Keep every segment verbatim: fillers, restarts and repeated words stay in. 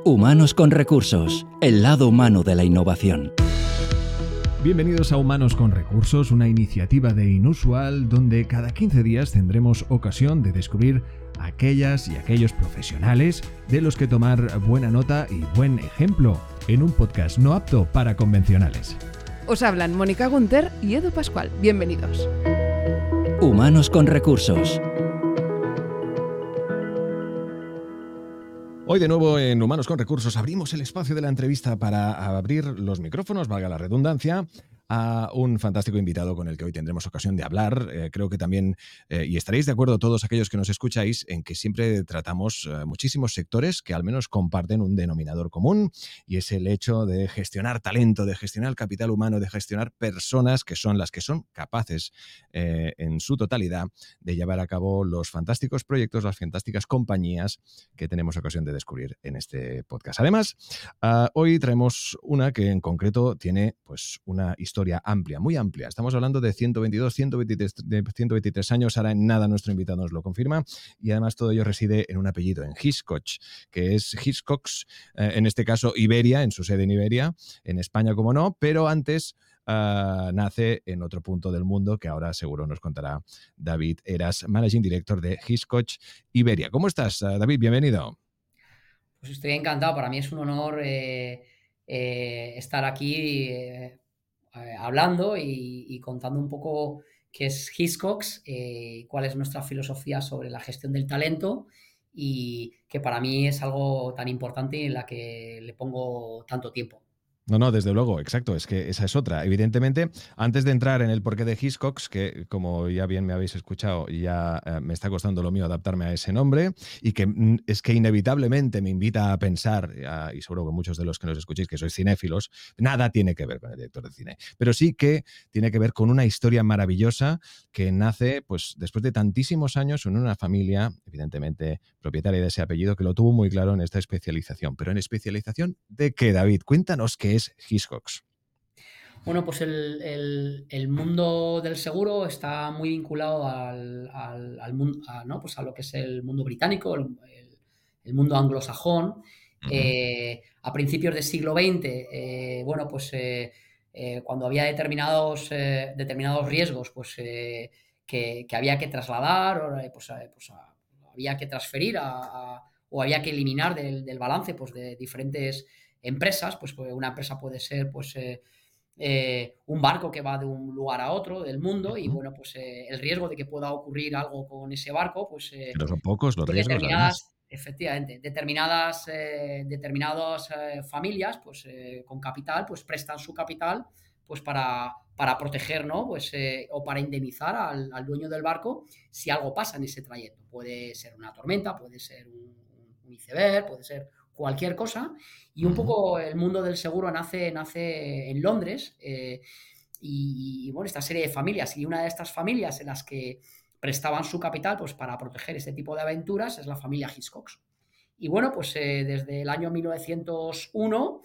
Humanos con Recursos, el lado humano de la innovación. Bienvenidos a Humanos con Recursos, una iniciativa de Inusual donde cada quince días tendremos ocasión de descubrir aquellas y aquellos profesionales de los que tomar buena nota y buen ejemplo en un podcast no apto para convencionales. Os hablan Mónica Gunter y Edu Pascual. Bienvenidos. Humanos con Recursos. Hoy de nuevo en Humanos con Recursos abrimos el espacio de la entrevista para abrir los micrófonos, valga la redundancia, a un fantástico invitado con el que hoy tendremos ocasión de hablar. Eh, creo que también, eh, y estaréis de acuerdo todos aquellos que nos escucháis, en que siempre tratamos eh, muchísimos sectores que al menos comparten un denominador común, y es el hecho de gestionar talento, de gestionar capital humano, de gestionar personas que son las que son capaces eh, en su totalidad de llevar a cabo los fantásticos proyectos, las fantásticas compañías que tenemos ocasión de descubrir en este podcast. Además, uh, hoy traemos una que en concreto tiene pues una historia historia amplia, muy amplia. Estamos hablando de ciento veintidós, ciento veintitrés, de ciento veintitrés años, ahora en nada nuestro invitado nos lo confirma, y además todo ello reside en un apellido, en Hiscox, que es Hiscox, eh, en este caso Iberia, en su sede en Iberia, en España como no, pero antes uh, nace en otro punto del mundo, que ahora seguro nos contará David Eras, Managing Director de Hiscox Iberia. ¿Cómo estás, uh, David? Bienvenido. Pues estoy encantado, para mí es un honor eh, eh, estar aquí eh, Eh, hablando y, y contando un poco qué es Hiscox, eh, cuál es nuestra filosofía sobre la gestión del talento y que para mí es algo tan importante en la que le pongo tanto tiempo. No, no, desde luego, exacto, es que esa es otra. Evidentemente, antes de entrar en el porqué de Hiscox, que como ya bien me habéis escuchado, ya eh, me está costando lo mío adaptarme a ese nombre, y que mm, es que inevitablemente me invita a pensar, a, y seguro que muchos de los que nos escuchéis que sois cinéfilos, nada tiene que ver con el director de cine, pero sí que tiene que ver con una historia maravillosa que nace pues después de tantísimos años en una familia, evidentemente propietaria de ese apellido, que lo tuvo muy claro en esta especialización. Pero ¿en especialización de qué, David? Cuéntanos qué es Hiscox. Bueno, pues el, el, el mundo del seguro está muy vinculado al, al, al mundo, a, ¿no? Pues a lo que es el mundo británico, el, el, el mundo anglosajón. Uh-huh. Eh, a principios del siglo veinte, eh, bueno, pues eh, eh, cuando había determinados, eh, determinados riesgos, pues eh, que, que había que trasladar, o, pues, eh, pues a, había que transferir a, a, o había que eliminar del, del balance pues, de diferentes empresas, pues una empresa puede ser pues eh, eh, un barco que va de un lugar a otro del mundo, uh-huh. Y bueno, pues eh, el riesgo de que pueda ocurrir algo con ese barco, pues eh, pero son pocos los riesgos, determinadas, además. Efectivamente, determinadas eh, determinadas eh, familias pues eh, con capital pues prestan su capital pues para, para proteger, ¿no? Pues eh, o para indemnizar al, al dueño del barco si algo pasa en ese trayecto. Puede ser una tormenta, puede ser un, un iceberg, puede ser cualquier cosa, y un poco el mundo del seguro nace, nace en Londres, eh, y, y bueno, esta serie de familias, y una de estas familias en las que prestaban su capital pues para proteger este tipo de aventuras es la familia Hiscox. Y bueno, pues eh, desde el año mil novecientos uno,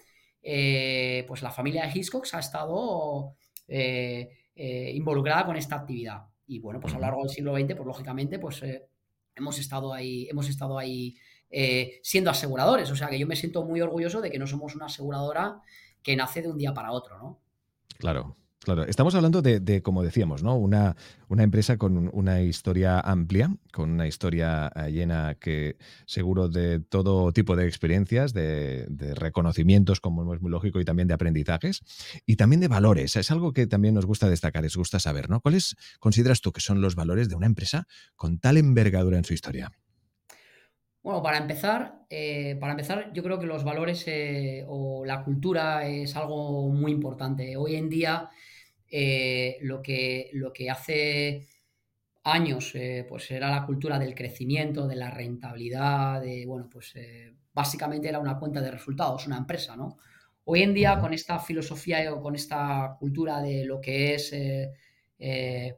eh, pues la familia Hiscox ha estado eh, eh, involucrada con esta actividad. Y bueno, pues a lo largo del siglo veinte, pues lógicamente, pues eh, hemos estado ahí, hemos estado ahí Eh, siendo aseguradores, o sea que yo me siento muy orgulloso de que no somos una aseguradora que nace de un día para otro, ¿no? Claro, claro. Estamos hablando de, de como decíamos, ¿no? Una, una empresa con una historia amplia, con una historia llena que seguro de todo tipo de experiencias, de, de reconocimientos, como es muy lógico, y también de aprendizajes, y también de valores. Es algo que también nos gusta destacar, nos gusta saber, ¿no? ¿Cuáles consideras tú que son los valores de una empresa con tal envergadura en su historia? Bueno, para empezar, eh, para empezar, yo creo que los valores eh, o la cultura es algo muy importante. Hoy en día, eh, lo que, lo que hace años, eh, pues era la cultura del crecimiento, de la rentabilidad, de, bueno, pues eh, básicamente era una cuenta de resultados, una empresa, ¿no? Hoy en día, con esta filosofía o con esta cultura de lo que es eh, eh,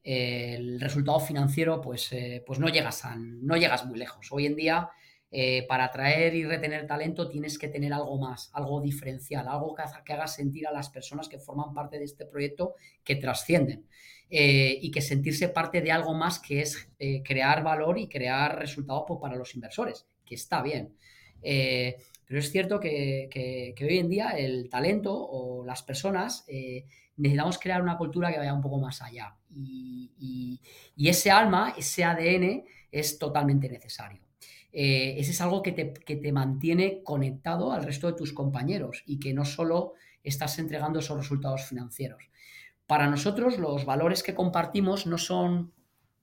el resultado financiero, pues, eh, pues no, llegas a, no llegas muy lejos. Hoy en día, eh, para atraer y retener talento tienes que tener algo más, algo diferencial, algo que, que haga sentir a las personas que forman parte de este proyecto que trascienden. Eh, y que sentirse parte de algo más que es eh, crear valor y crear resultados pues, para los inversores, que está bien. Eh, pero es cierto que, que, que, hoy en día el talento o las personas eh, necesitamos crear una cultura que vaya un poco más allá. Y, y, y ese alma, ese A D N es totalmente necesario. Eh, ese es algo que te, que te mantiene conectado al resto de tus compañeros y que no solo estás entregando esos resultados financieros. Para nosotros los valores que compartimos no son,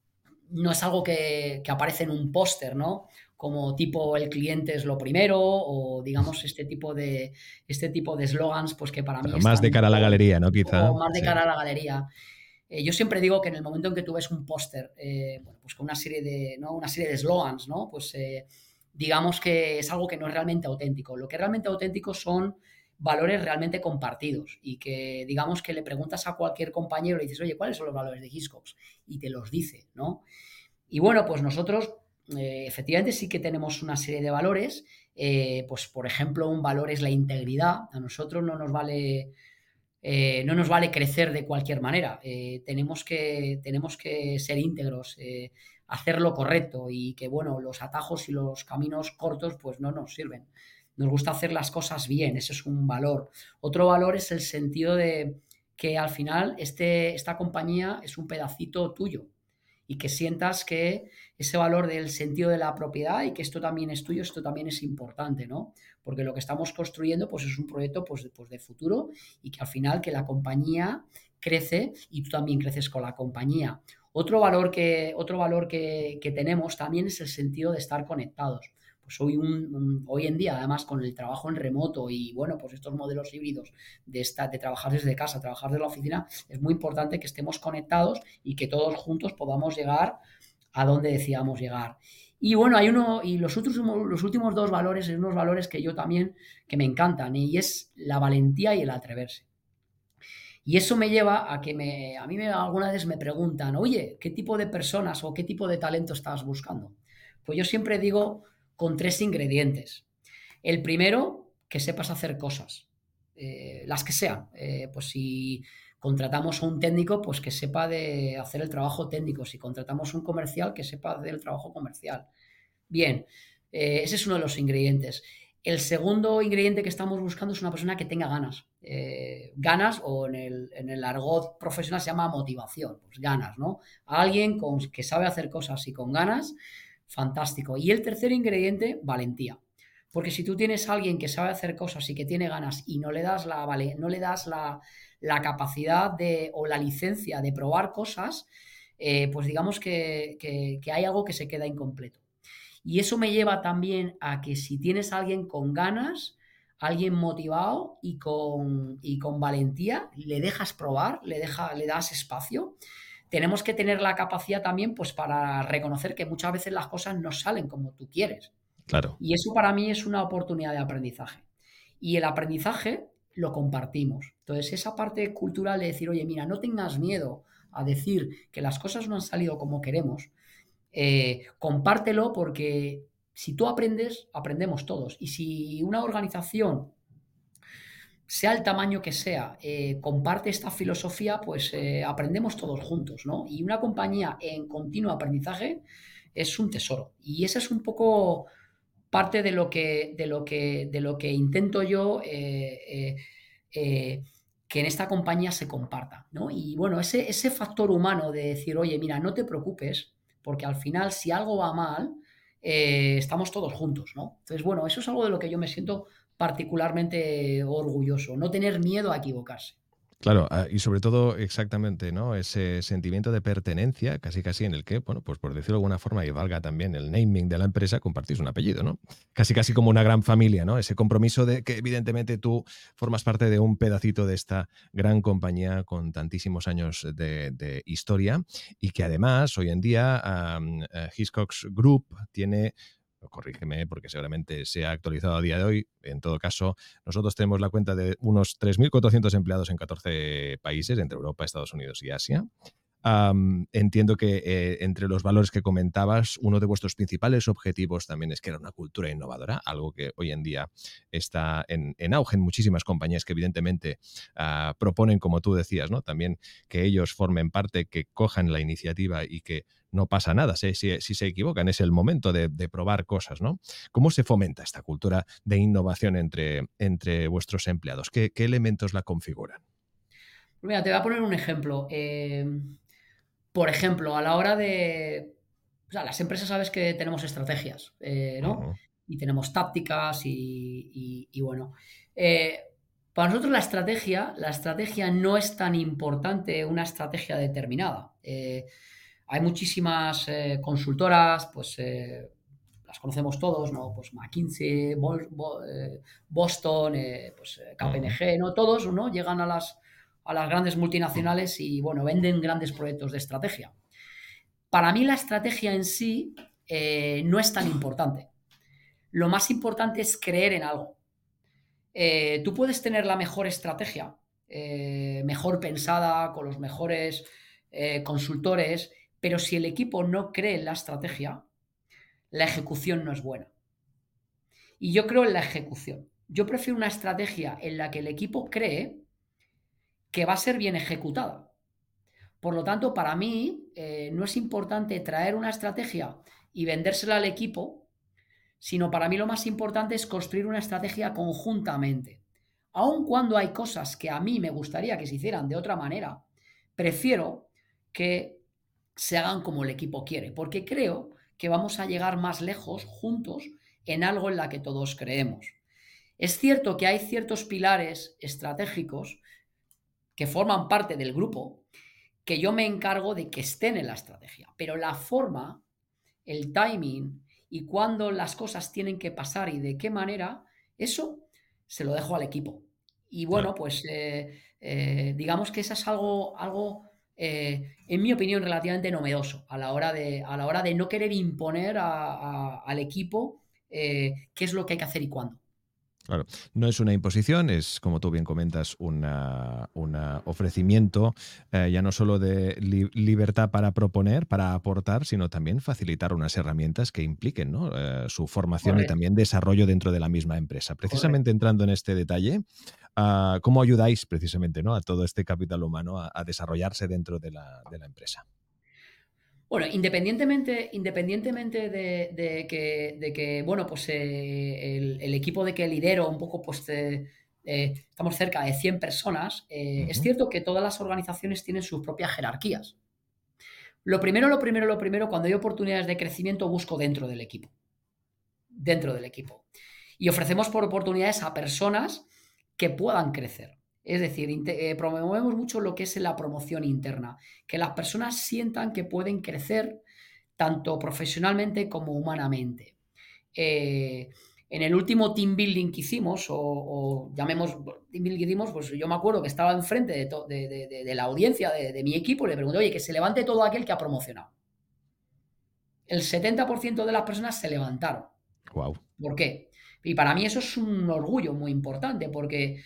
no es algo que, que aparece en un póster, ¿no? Como tipo el cliente es lo primero o digamos este tipo de este tipo de eslogans pues que para mí Claro, están más de un cara a la poco, galería, ¿no? un Quizá. poco más de Sí. cara a la galería. Eh, yo siempre digo que en el momento en que tú ves un póster, eh, bueno, pues con una serie de, ¿no? una serie de eslogans, ¿no? Pues eh, digamos que es algo que no es realmente auténtico. Lo que es realmente auténtico son valores realmente compartidos y que digamos que le preguntas a cualquier compañero y le dices, oye, ¿cuáles son los valores de Hiscox? Y te los dice, ¿no? Y bueno, pues nosotros eh, efectivamente sí que tenemos una serie de valores. Eh, pues por ejemplo, un valor es la integridad. A nosotros no nos vale, eh, no nos vale crecer de cualquier manera. Eh, tenemos, que, tenemos que ser íntegros, eh, hacer lo correcto y que bueno, los atajos y los caminos cortos pues no nos sirven. Nos gusta hacer las cosas bien, ese es un valor. Otro valor es el sentido de que al final este, esta compañía es un pedacito tuyo y que sientas que ese valor del sentido de la propiedad y que esto también es tuyo, esto también es importante, ¿no? Porque lo que estamos construyendo pues es un proyecto pues, pues de futuro y que al final que la compañía crece y tú también creces con la compañía. Otro valor que, otro valor que, que tenemos también es el sentido de estar conectados. Pues hoy, un, un, hoy en día, además, con el trabajo en remoto y, bueno, pues estos modelos híbridos de, esta, de trabajar desde casa, trabajar desde la oficina, es muy importante que estemos conectados y que todos juntos podamos llegar a donde decíamos llegar. Y bueno, hay uno, y los últimos, los últimos dos valores, son unos valores que yo también, que me encantan, y es la valentía y el atreverse. Y eso me lleva a que me, a mí me, algunas veces me preguntan, oye, ¿qué tipo de personas o qué tipo de talento estás buscando? Pues yo siempre digo con tres ingredientes. El primero, que sepas hacer cosas, eh, las que sean. Eh, pues si contratamos a un técnico, pues que sepa de hacer el trabajo técnico. Si contratamos a un comercial, que sepa hacer el trabajo comercial. Bien, eh, ese es uno de los ingredientes. El segundo ingrediente que estamos buscando es una persona que tenga ganas. Eh, ganas, o en el, en el argot profesional se llama motivación, pues ganas, ¿no? Alguien con, que sabe hacer cosas y con ganas, fantástico. Y el tercer ingrediente, valentía. Porque si tú tienes a alguien que sabe hacer cosas y que tiene ganas y no le das la, vale, no le das la, la capacidad de, o la licencia de probar cosas, eh, pues digamos que, que, que hay algo que se queda incompleto. Y eso me lleva también a que si tienes a alguien con ganas, alguien motivado y con, y con valentía, le dejas probar, le, deja, le das espacio. Tenemos que tener la capacidad también pues, para reconocer que muchas veces las cosas no salen como tú quieres. Claro. Y eso para mí es una oportunidad de aprendizaje. Y el aprendizaje lo compartimos. Entonces, esa parte cultural de decir, oye, mira, no tengas miedo a decir que las cosas no han salido como queremos, eh, compártelo porque si tú aprendes, aprendemos todos. Y si una organización, sea el tamaño que sea, eh, comparte esta filosofía, pues eh, aprendemos todos juntos, ¿no? Y una compañía en continuo aprendizaje es un tesoro. Y esa es un poco parte de lo que, de lo que, de lo que intento yo eh, eh, eh, que en esta compañía se comparta, ¿no? Y bueno, ese, ese factor humano de decir, oye, mira, no te preocupes, porque al final, si algo va mal, eh, estamos todos juntos, ¿no? Entonces, bueno, eso es algo de lo que yo me siento particularmente orgulloso, no tener miedo a equivocarse. Claro, y sobre todo exactamente, ¿no? Ese sentimiento de pertenencia, casi casi en el que, bueno, pues por decirlo de alguna forma, y valga también el naming de la empresa, compartís un apellido, ¿no? Casi casi como una gran familia, ¿no? Ese compromiso de que evidentemente tú formas parte de un pedacito de esta gran compañía con tantísimos años de, de historia y que además hoy en día um, uh, Hiscox Group tiene... corrígeme porque seguramente se ha actualizado a día de hoy. En todo caso, nosotros tenemos la cuenta de unos tres mil cuatrocientos empleados en catorce países, entre Europa, Estados Unidos y Asia. Um, entiendo que eh, entre los valores que comentabas, uno de vuestros principales objetivos también es crear una cultura innovadora, algo que hoy en día está en, en auge en muchísimas compañías que evidentemente uh, proponen, como tú decías, ¿no? También que ellos formen parte, que cojan la iniciativa y que no pasa nada, si, si, si se equivocan, es el momento de, de probar cosas, ¿no? ¿Cómo se fomenta esta cultura de innovación entre, entre vuestros empleados? ¿Qué, qué elementos la configuran? Pues mira, te voy a poner un ejemplo. Eh, por ejemplo, a la hora de... O sea, las empresas sabes que tenemos estrategias, eh, ¿no? Uh-huh. Y tenemos tácticas y, y, y bueno. Eh, para nosotros la estrategia, la estrategia no es tan importante una estrategia determinada. Eh, hay muchísimas eh, consultoras, pues eh, las conocemos todos, ¿no? Pues McKinsey, Bol, Bo, eh, Boston, eh, pues eh, Uh-huh. K P M G, ¿no? Todos, ¿no? Llegan a las, a las grandes multinacionales y, bueno, venden grandes proyectos de estrategia. Para mí la estrategia en sí eh, no es tan importante. Lo más importante es creer en algo. Eh, tú puedes tener la mejor estrategia, eh, mejor pensada, con los mejores eh, consultores, pero si el equipo no cree en la estrategia, la ejecución no es buena. Y yo creo en la ejecución. Yo prefiero una estrategia en la que el equipo cree que va a ser bien ejecutada. Por lo tanto, para mí eh, no es importante traer una estrategia y vendérsela al equipo, sino para mí lo más importante es construir una estrategia conjuntamente. Aun cuando hay cosas que a mí me gustaría que se hicieran de otra manera, prefiero que se hagan como el equipo quiere, porque creo que vamos a llegar más lejos juntos en algo en la que todos creemos. Es cierto que hay ciertos pilares estratégicos que forman parte del grupo que yo me encargo de que estén en la estrategia, pero la forma, el timing y cuándo las cosas tienen que pasar y de qué manera, eso se lo dejo al equipo. Y bueno, Claro. pues eh, eh, digamos que eso es algo, algo eh, en mi opinión, relativamente novedoso a la hora de, a la hora de no querer imponer a, a, al equipo eh, qué es lo que hay que hacer y cuándo. Claro, no es una imposición, es, como tú bien comentas, un ofrecimiento eh, ya no solo de li libertad para proponer, para aportar, sino también facilitar unas herramientas que impliquen, ¿no? eh, su formación y Correcto, también desarrollo dentro de la misma empresa. Precisamente correcto. entrando en este detalle, uh, ¿cómo ayudáis precisamente, ¿no? a todo este capital humano a, a desarrollarse dentro de la, de la empresa? Bueno, independientemente, independientemente de, de que, de que, bueno, pues eh, el, el equipo de que lidero, un poco, pues eh, eh, estamos cerca de cien personas, eh, es Ujú. cierto que todas las organizaciones tienen sus propias jerarquías. Lo primero, lo primero, lo primero, cuando hay oportunidades de crecimiento, busco dentro del equipo. Dentro del equipo. Y ofrecemos por oportunidades a personas que puedan crecer. Es decir, eh, promovemos mucho lo que es la promoción interna, que las personas sientan que pueden crecer tanto profesionalmente como humanamente. Eh, en el último team building que hicimos, o, o llamemos team building que hicimos, pues yo me acuerdo que estaba enfrente de, to, de, de, de, de la audiencia de, de mi equipo y le pregunté, oye, que se levante todo aquel que ha promocionado. El setenta por ciento de las personas se levantaron. Wow. ¿Por qué? Y para mí eso es un orgullo muy importante, porque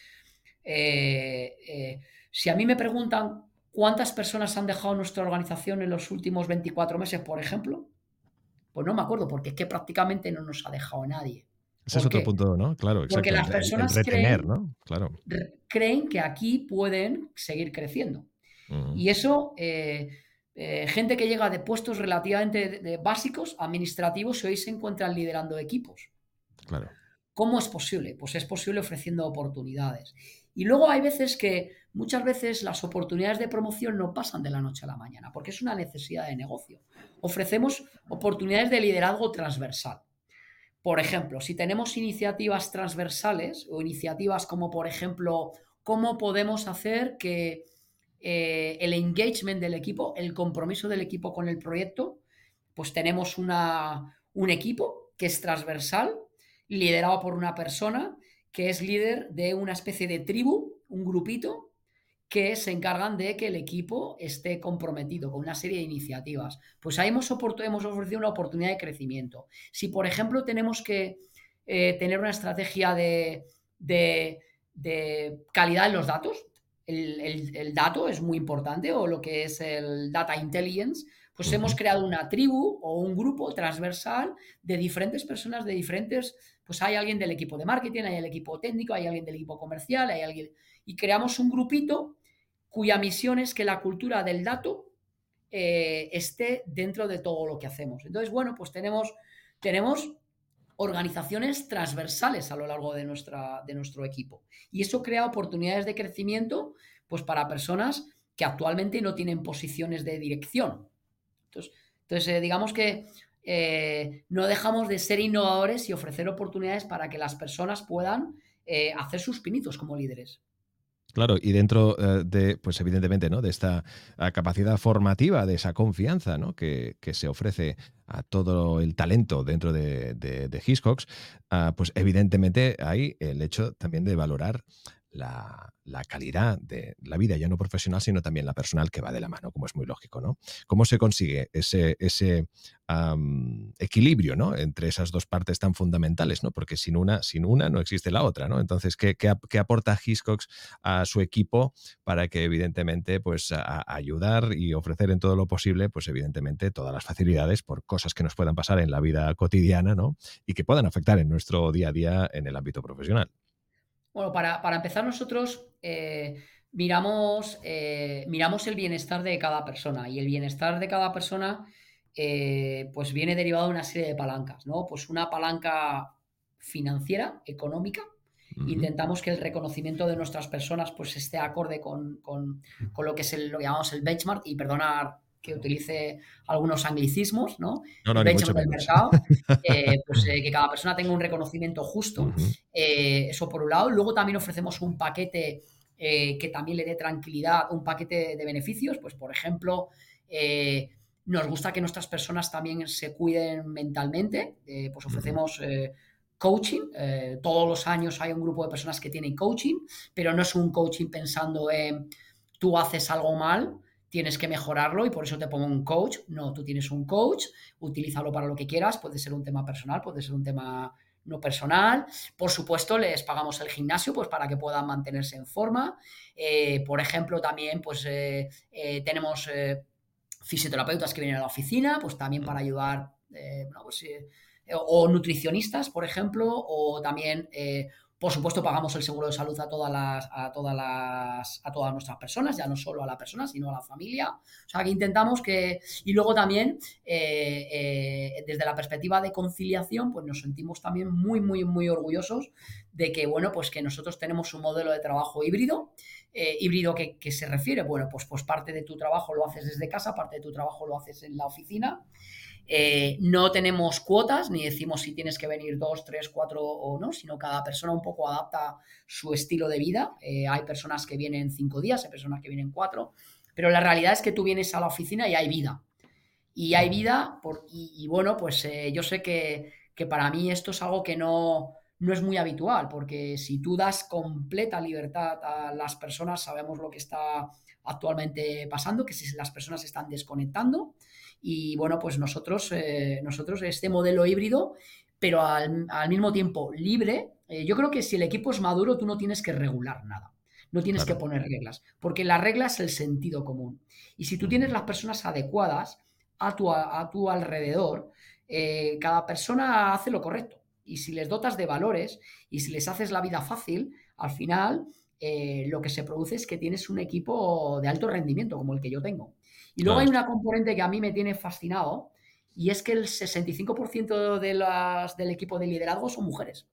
eh, eh, si a mí me preguntan cuántas personas han dejado nuestra organización en los últimos veinticuatro meses, por ejemplo, pues no me acuerdo, porque es que prácticamente no nos ha dejado nadie. Ese es ¿Por otro qué? punto, ¿no? Claro, Porque exacto, el, las el- el personas retener, creen, ¿no? Claro. re- creen que aquí pueden seguir creciendo. Ujú. Y eso, eh, eh, gente que llega de puestos relativamente de- de básicos, administrativos, y hoy se encuentran liderando equipos. Claro. ¿Cómo es posible? Pues es posible ofreciendo oportunidades. Y luego hay veces que, muchas veces las oportunidades de promoción no pasan de la noche a la mañana, porque es una necesidad de negocio. Ofrecemos oportunidades de liderazgo transversal. Por ejemplo, si tenemos iniciativas transversales o iniciativas como, por ejemplo, cómo podemos hacer que eh, el engagement del equipo, el compromiso del equipo con el proyecto, pues tenemos una, un equipo que es transversal, liderado por una persona que es líder de una especie de tribu, un grupito, que se encargan de que el equipo esté comprometido con una serie de iniciativas. Pues ahí hemos, hemos ofrecido una oportunidad de crecimiento. Si, por ejemplo, tenemos que eh, tener una estrategia de, de, de calidad en los datos, el, el, el dato es muy importante, o lo que es el data intelligence, pues Ujú. hemos creado una tribu o un grupo transversal de diferentes personas, de diferentes, pues hay alguien del equipo de marketing, hay el equipo técnico, hay alguien del equipo comercial, hay alguien, y creamos un grupito cuya misión es que la cultura del dato eh, esté dentro de todo lo que hacemos. Entonces, bueno, pues tenemos, tenemos organizaciones transversales a lo largo de, nuestra, de nuestro equipo. Y eso crea oportunidades de crecimiento, pues, para personas que actualmente no tienen posiciones de dirección. Entonces, entonces eh, digamos que eh, no dejamos de ser innovadores y ofrecer oportunidades para que las personas puedan eh, hacer sus pinitos como líderes. Claro, y dentro eh, de, pues evidentemente, ¿no? De esta ah, capacidad formativa, de esa confianza, ¿no? que, que se ofrece a todo el talento dentro de, de, de Hiscox, ah, pues evidentemente hay el hecho también de valorar la, la calidad de la vida, ya no profesional, sino también la personal, que va de la mano, como es muy lógico, ¿no? ¿Cómo se consigue ese, ese am, equilibrio, ¿no? Entre esas dos partes tan fundamentales, ¿no? Porque sin una, sin una no existe la otra, ¿no? Entonces, ¿qué, qué, ap- qué aporta Hiscox a su equipo para que evidentemente pues a, a ayudar y ofrecer en todo lo posible pues evidentemente todas las facilidades por cosas que nos puedan pasar en la vida cotidiana, ¿no? Y que puedan afectar en nuestro día a día en el ámbito profesional? Bueno, para, para empezar nosotros eh, miramos, eh, miramos el bienestar de cada persona, y el bienestar de cada persona eh, pues viene derivado de una serie de palancas, ¿no? Pues una palanca financiera, económica. Ujú. Intentamos que el reconocimiento de nuestras personas pues esté acorde con, con- con lo que es el, lo que llamamos el benchmark, y perdonar que utilice algunos anglicismos, ¿no? No, El no, ni mucho benchmark del menos. mercado, eh, pues eh, que cada persona tenga un reconocimiento justo. Ujú. Eh, eso por un lado. Luego también ofrecemos un paquete eh, que también le dé tranquilidad, un paquete de beneficios. Pues, por ejemplo, eh, nos gusta que nuestras personas también se cuiden mentalmente. Eh, pues Ujú. ofrecemos eh, coaching. Eh, todos los años hay un grupo de personas que tienen coaching, pero no es un coaching pensando en tú haces algo mal, tienes que mejorarlo y por eso te pongo un coach. No, tú tienes un coach, utilízalo para lo que quieras. Puede ser un tema personal, puede ser un tema no personal. Por supuesto, les pagamos el gimnasio pues para que puedan mantenerse en forma. Eh, por ejemplo, también pues eh, eh, tenemos eh, fisioterapeutas que vienen a la oficina, pues también para ayudar, eh, no, pues, eh, o nutricionistas, por ejemplo, o también, eh, por supuesto, pagamos el seguro de salud a todas las, a todas las, a todas nuestras personas, ya no solo a la persona, sino a la familia. O sea, que intentamos que, y luego también, eh, eh, desde la perspectiva de conciliación, pues nos sentimos también muy, muy, muy orgullosos de que, bueno, pues que nosotros tenemos un modelo de trabajo híbrido. Eh, híbrido que, que, se refiere, bueno, pues, pues parte de tu trabajo lo haces desde casa, parte de tu trabajo lo haces en la oficina. Eh, no tenemos cuotas, ni decimos si tienes que venir dos, tres, cuatro o no, sino cada persona un poco adapta su estilo de vida. Eh, hay personas que vienen cinco días, hay personas que vienen cuatro, pero la realidad es que tú vienes a la oficina y hay vida. Y hay vida, por, y, y bueno, pues eh, yo sé que, que para mí esto es algo que no, no es muy habitual, porque si tú das completa libertad a las personas, sabemos lo que está actualmente pasando, que si las personas se están desconectando. Y bueno, pues nosotros, eh, nosotros este modelo híbrido, pero al, al mismo tiempo libre, eh, yo creo que si el equipo es maduro, tú no tienes que regular nada. No tienes que Claro. poner reglas, porque la regla es el sentido común. Y si tú tienes Ujú. las personas adecuadas a tu, a tu alrededor, eh, cada persona hace lo correcto. Y si les dotas de valores y si les haces la vida fácil, al final eh, lo que se produce es que tienes un equipo de alto rendimiento, como el que yo tengo. Y luego Claro, hay es- una componente que a mí me tiene fascinado, y es que el sesenta y cinco por ciento de las, del equipo de liderazgo son mujeres.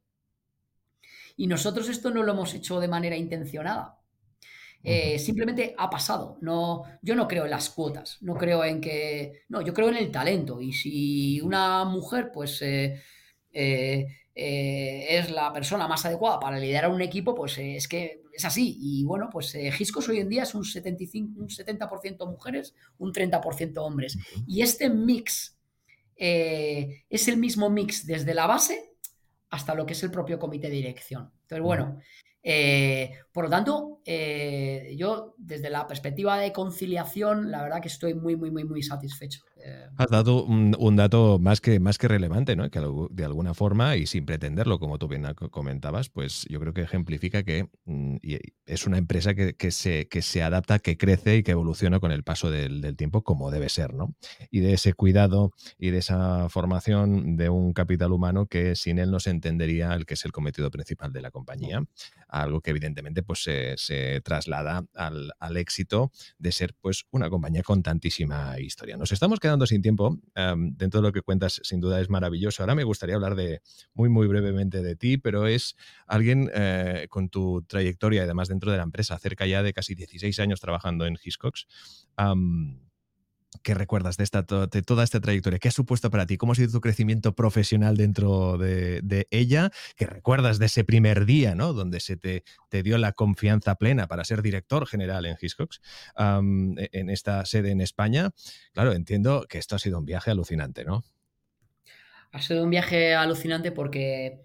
Y nosotros esto no lo hemos hecho de manera intencionada. Ujú. Eh, simplemente ha pasado. No, yo no creo en las cuotas, no creo en que. No, yo creo en el talento. Y si una mujer, pues, eh, eh, eh, es la persona más adecuada para liderar un equipo, pues eh, es que es así. Y bueno, pues eh, Hiscos hoy en día es un setenta y cinco, un setenta por ciento mujeres, un treinta por ciento hombres. Ujú. Y este mix eh, es el mismo mix desde la base hasta lo que es el propio comité de dirección. Entonces, Ujú. bueno, eh, por lo tanto, eh, yo desde la perspectiva de conciliación, la verdad que estoy muy, muy, muy, muy satisfecho. Eh, Has dado un, un dato más que, más que relevante, ¿no? Que algu- de alguna forma, y sin pretenderlo, como tú bien co- comentabas, pues yo creo que ejemplifica que mm, y es una empresa que, que se, que se adapta, que crece y que evoluciona con el paso del, del tiempo, como debe ser, ¿no? Y de ese cuidado y de esa formación de un capital humano que sin él no se entendería el que es el cometido principal de la compañía, algo que evidentemente pues, se, se traslada al, al éxito de ser pues una compañía con tantísima historia. Nos estamos quedando sin tiempo. Um, dentro de lo que cuentas, sin duda es maravilloso. Ahora me gustaría hablar de muy, muy brevemente de ti, pero es alguien eh, con tu trayectoria y además dentro de la empresa, cerca ya de casi dieciséis años trabajando en Hiscox. Um, ¿Qué recuerdas de, esta, de toda esta trayectoria? ¿Qué ha supuesto para ti? ¿Cómo ha sido tu crecimiento profesional dentro de, de ella? ¿Qué recuerdas de ese primer día, ¿no? Donde se te, te dio la confianza plena para ser director general en Hiscox, um, en esta sede en España? Claro, entiendo que esto ha sido un viaje alucinante, ¿no? Ha sido un viaje alucinante porque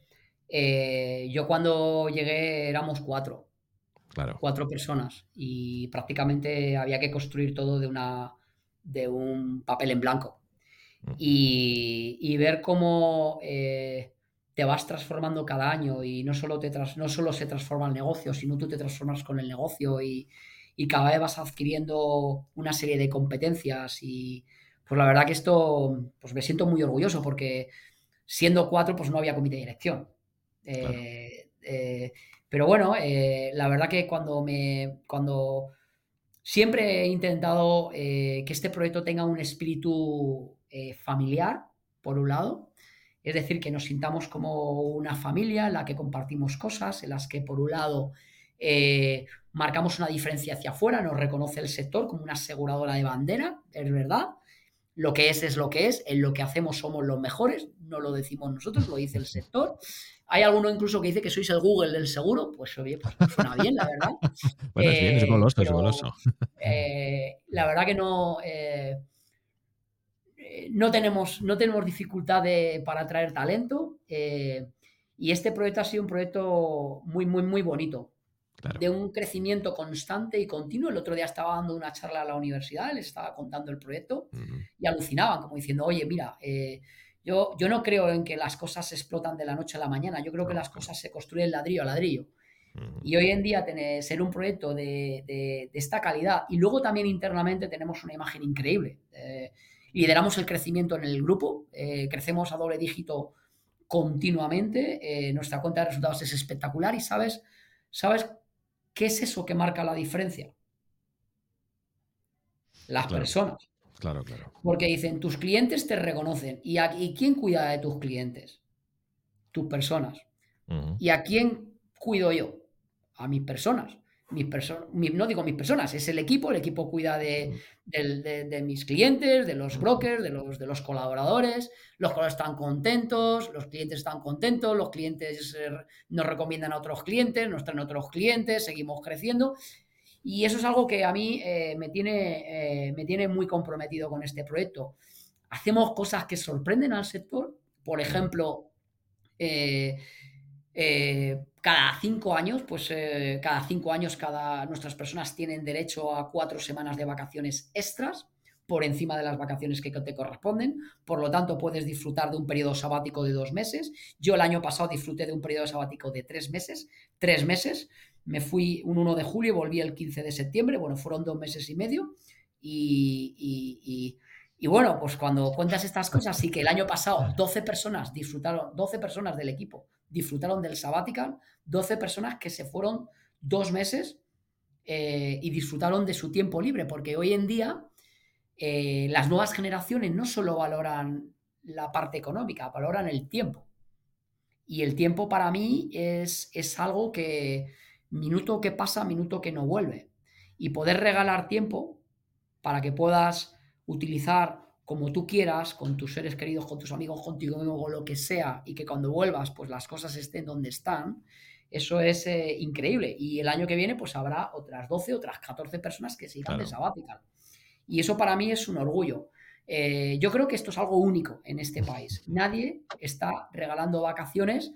eh, yo cuando llegué éramos cuatro, Claro. cuatro personas y prácticamente había que construir todo de, una, de un papel en blanco. Ujú. Y, y ver cómo eh, te vas transformando cada año y no solo, te tras- no solo se transforma el negocio, sino tú te transformas con el negocio y, y cada vez vas adquiriendo una serie de competencias y pues la verdad que esto pues me siento muy orgulloso porque siendo cuatro pues no había comité de dirección. Claro. Eh, eh, pero bueno, eh, la verdad que cuando me cuando siempre he intentado eh, que este proyecto tenga un espíritu eh, familiar, por un lado, es decir, que nos sintamos como una familia en la que compartimos cosas, en las que, por un lado, eh, marcamos una diferencia hacia afuera, nos reconoce el sector como una aseguradora de bandera, es verdad. Lo que es es lo que es, en lo que hacemos somos los mejores, no lo decimos nosotros, lo dice el sector. Hay alguno incluso que dice que sois el Google del seguro, pues oye, pues suena bien, la verdad. Bueno, es bien, es Eh, goloso, es pero goloso. eh, la verdad que no, eh, eh, no, tenemos, no tenemos dificultad de, para atraer talento eh, y este proyecto ha sido un proyecto muy, muy, muy bonito, Claro. de un crecimiento constante y continuo. El otro día estaba dando una charla a la universidad, les estaba contando el proyecto Ujú. y alucinaban, como diciendo, oye, mira, eh, yo, yo no creo en que las cosas se explotan de la noche a la mañana, yo creo que No, las claro. cosas se construyen ladrillo a ladrillo. Ujú. Y hoy en día tener, ser un proyecto de, de, de, esta calidad y luego también internamente tenemos una imagen increíble. Eh, lideramos el crecimiento en el grupo, eh, crecemos a doble dígito continuamente, eh, nuestra cuenta de resultados es espectacular y sabes, sabes qué es eso que marca la diferencia. Las Claro, personas. claro, claro. Porque dicen, tus clientes te reconocen. ¿Y, a, ¿Y quién cuida de tus clientes? Tus personas. Ujú. ¿Y a quién cuido yo? A mis personas. Mis perso mi, no digo mis personas, es el equipo. El equipo cuida de, de, de, de mis clientes, de los Ujú. brokers, de los, de los colaboradores. Los colaboradores están contentos, los clientes están contentos, los clientes eh, nos recomiendan a otros clientes, nos traen otros clientes, seguimos creciendo. Y eso es algo que a mí eh, me, tiene, eh, me tiene muy comprometido con este proyecto. Hacemos cosas que sorprenden al sector. Por Ujú. ejemplo, eh, eh, cada cinco años, pues eh, cada cinco años cada, nuestras personas tienen derecho a cuatro semanas de vacaciones extras por encima de las vacaciones que te corresponden. Por lo tanto, puedes disfrutar de un periodo sabático de dos meses. Yo el año pasado disfruté de un periodo sabático de tres meses. Tres meses. Me fui un uno de julio y volví el quince de septiembre. Bueno, fueron dos meses y medio. Y, y, y y bueno, pues cuando cuentas estas cosas, sí que el año pasado doce personas disfrutaron, doce personas del equipo disfrutaron del sabbatical, doce personas que se fueron dos meses eh, y disfrutaron de su tiempo libre, porque hoy en día eh, las nuevas generaciones no solo valoran la parte económica, valoran el tiempo. Y el tiempo para mí es, es algo que minuto que pasa, minuto que no vuelve. Y poder regalar tiempo para que puedas utilizar como tú quieras, con tus seres queridos, con tus amigos, contigo mismo, o lo que sea, y que cuando vuelvas, pues las cosas estén donde están, eso es eh, increíble. Y el año que viene, pues habrá otras doce, otras catorce personas que se irán de Claro. sabbatical. Y eso para mí es un orgullo. Eh, yo creo que esto es algo único en este país. Nadie está regalando vacaciones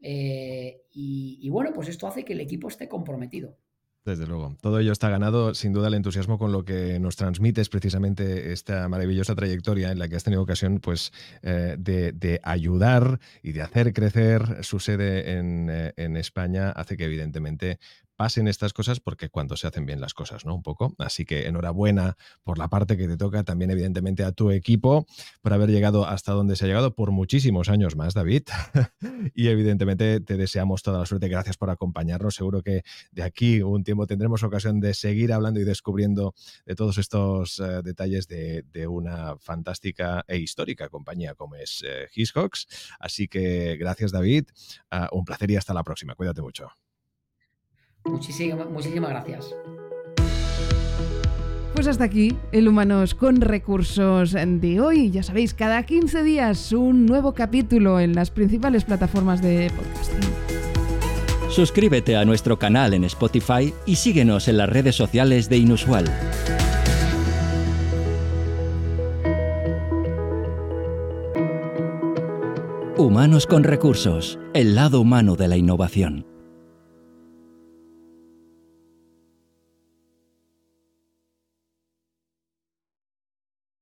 Eh, y, y bueno, pues esto hace que el equipo esté comprometido. Desde luego. Todo ello está ganado, sin duda, el entusiasmo con lo que nos transmites precisamente esta maravillosa trayectoria en la que has tenido ocasión pues, eh, de, de ayudar y de hacer crecer su sede en, eh, en España, hace que evidentemente pasen estas cosas porque cuando se hacen bien las cosas, ¿no? Un poco. Así que enhorabuena por la parte que te toca, también evidentemente a tu equipo por haber llegado hasta donde se ha llegado por muchísimos años más, David. Y evidentemente te deseamos toda la suerte. Gracias por acompañarnos. Seguro que de aquí un tiempo tendremos ocasión de seguir hablando y descubriendo de todos estos uh, detalles de, de una fantástica e histórica compañía como es uh, Hiscox. Así que gracias, David. Uh, un placer y hasta la próxima. Cuídate mucho. Muchísimas, muchísimas gracias. Pues hasta aquí el Humanos con Recursos de hoy. Ya sabéis, cada quince días un nuevo capítulo en las principales plataformas de podcasting. Suscríbete a nuestro canal en Spotify y síguenos en las redes sociales de Inusual. Humanos con Recursos, el lado humano de la innovación.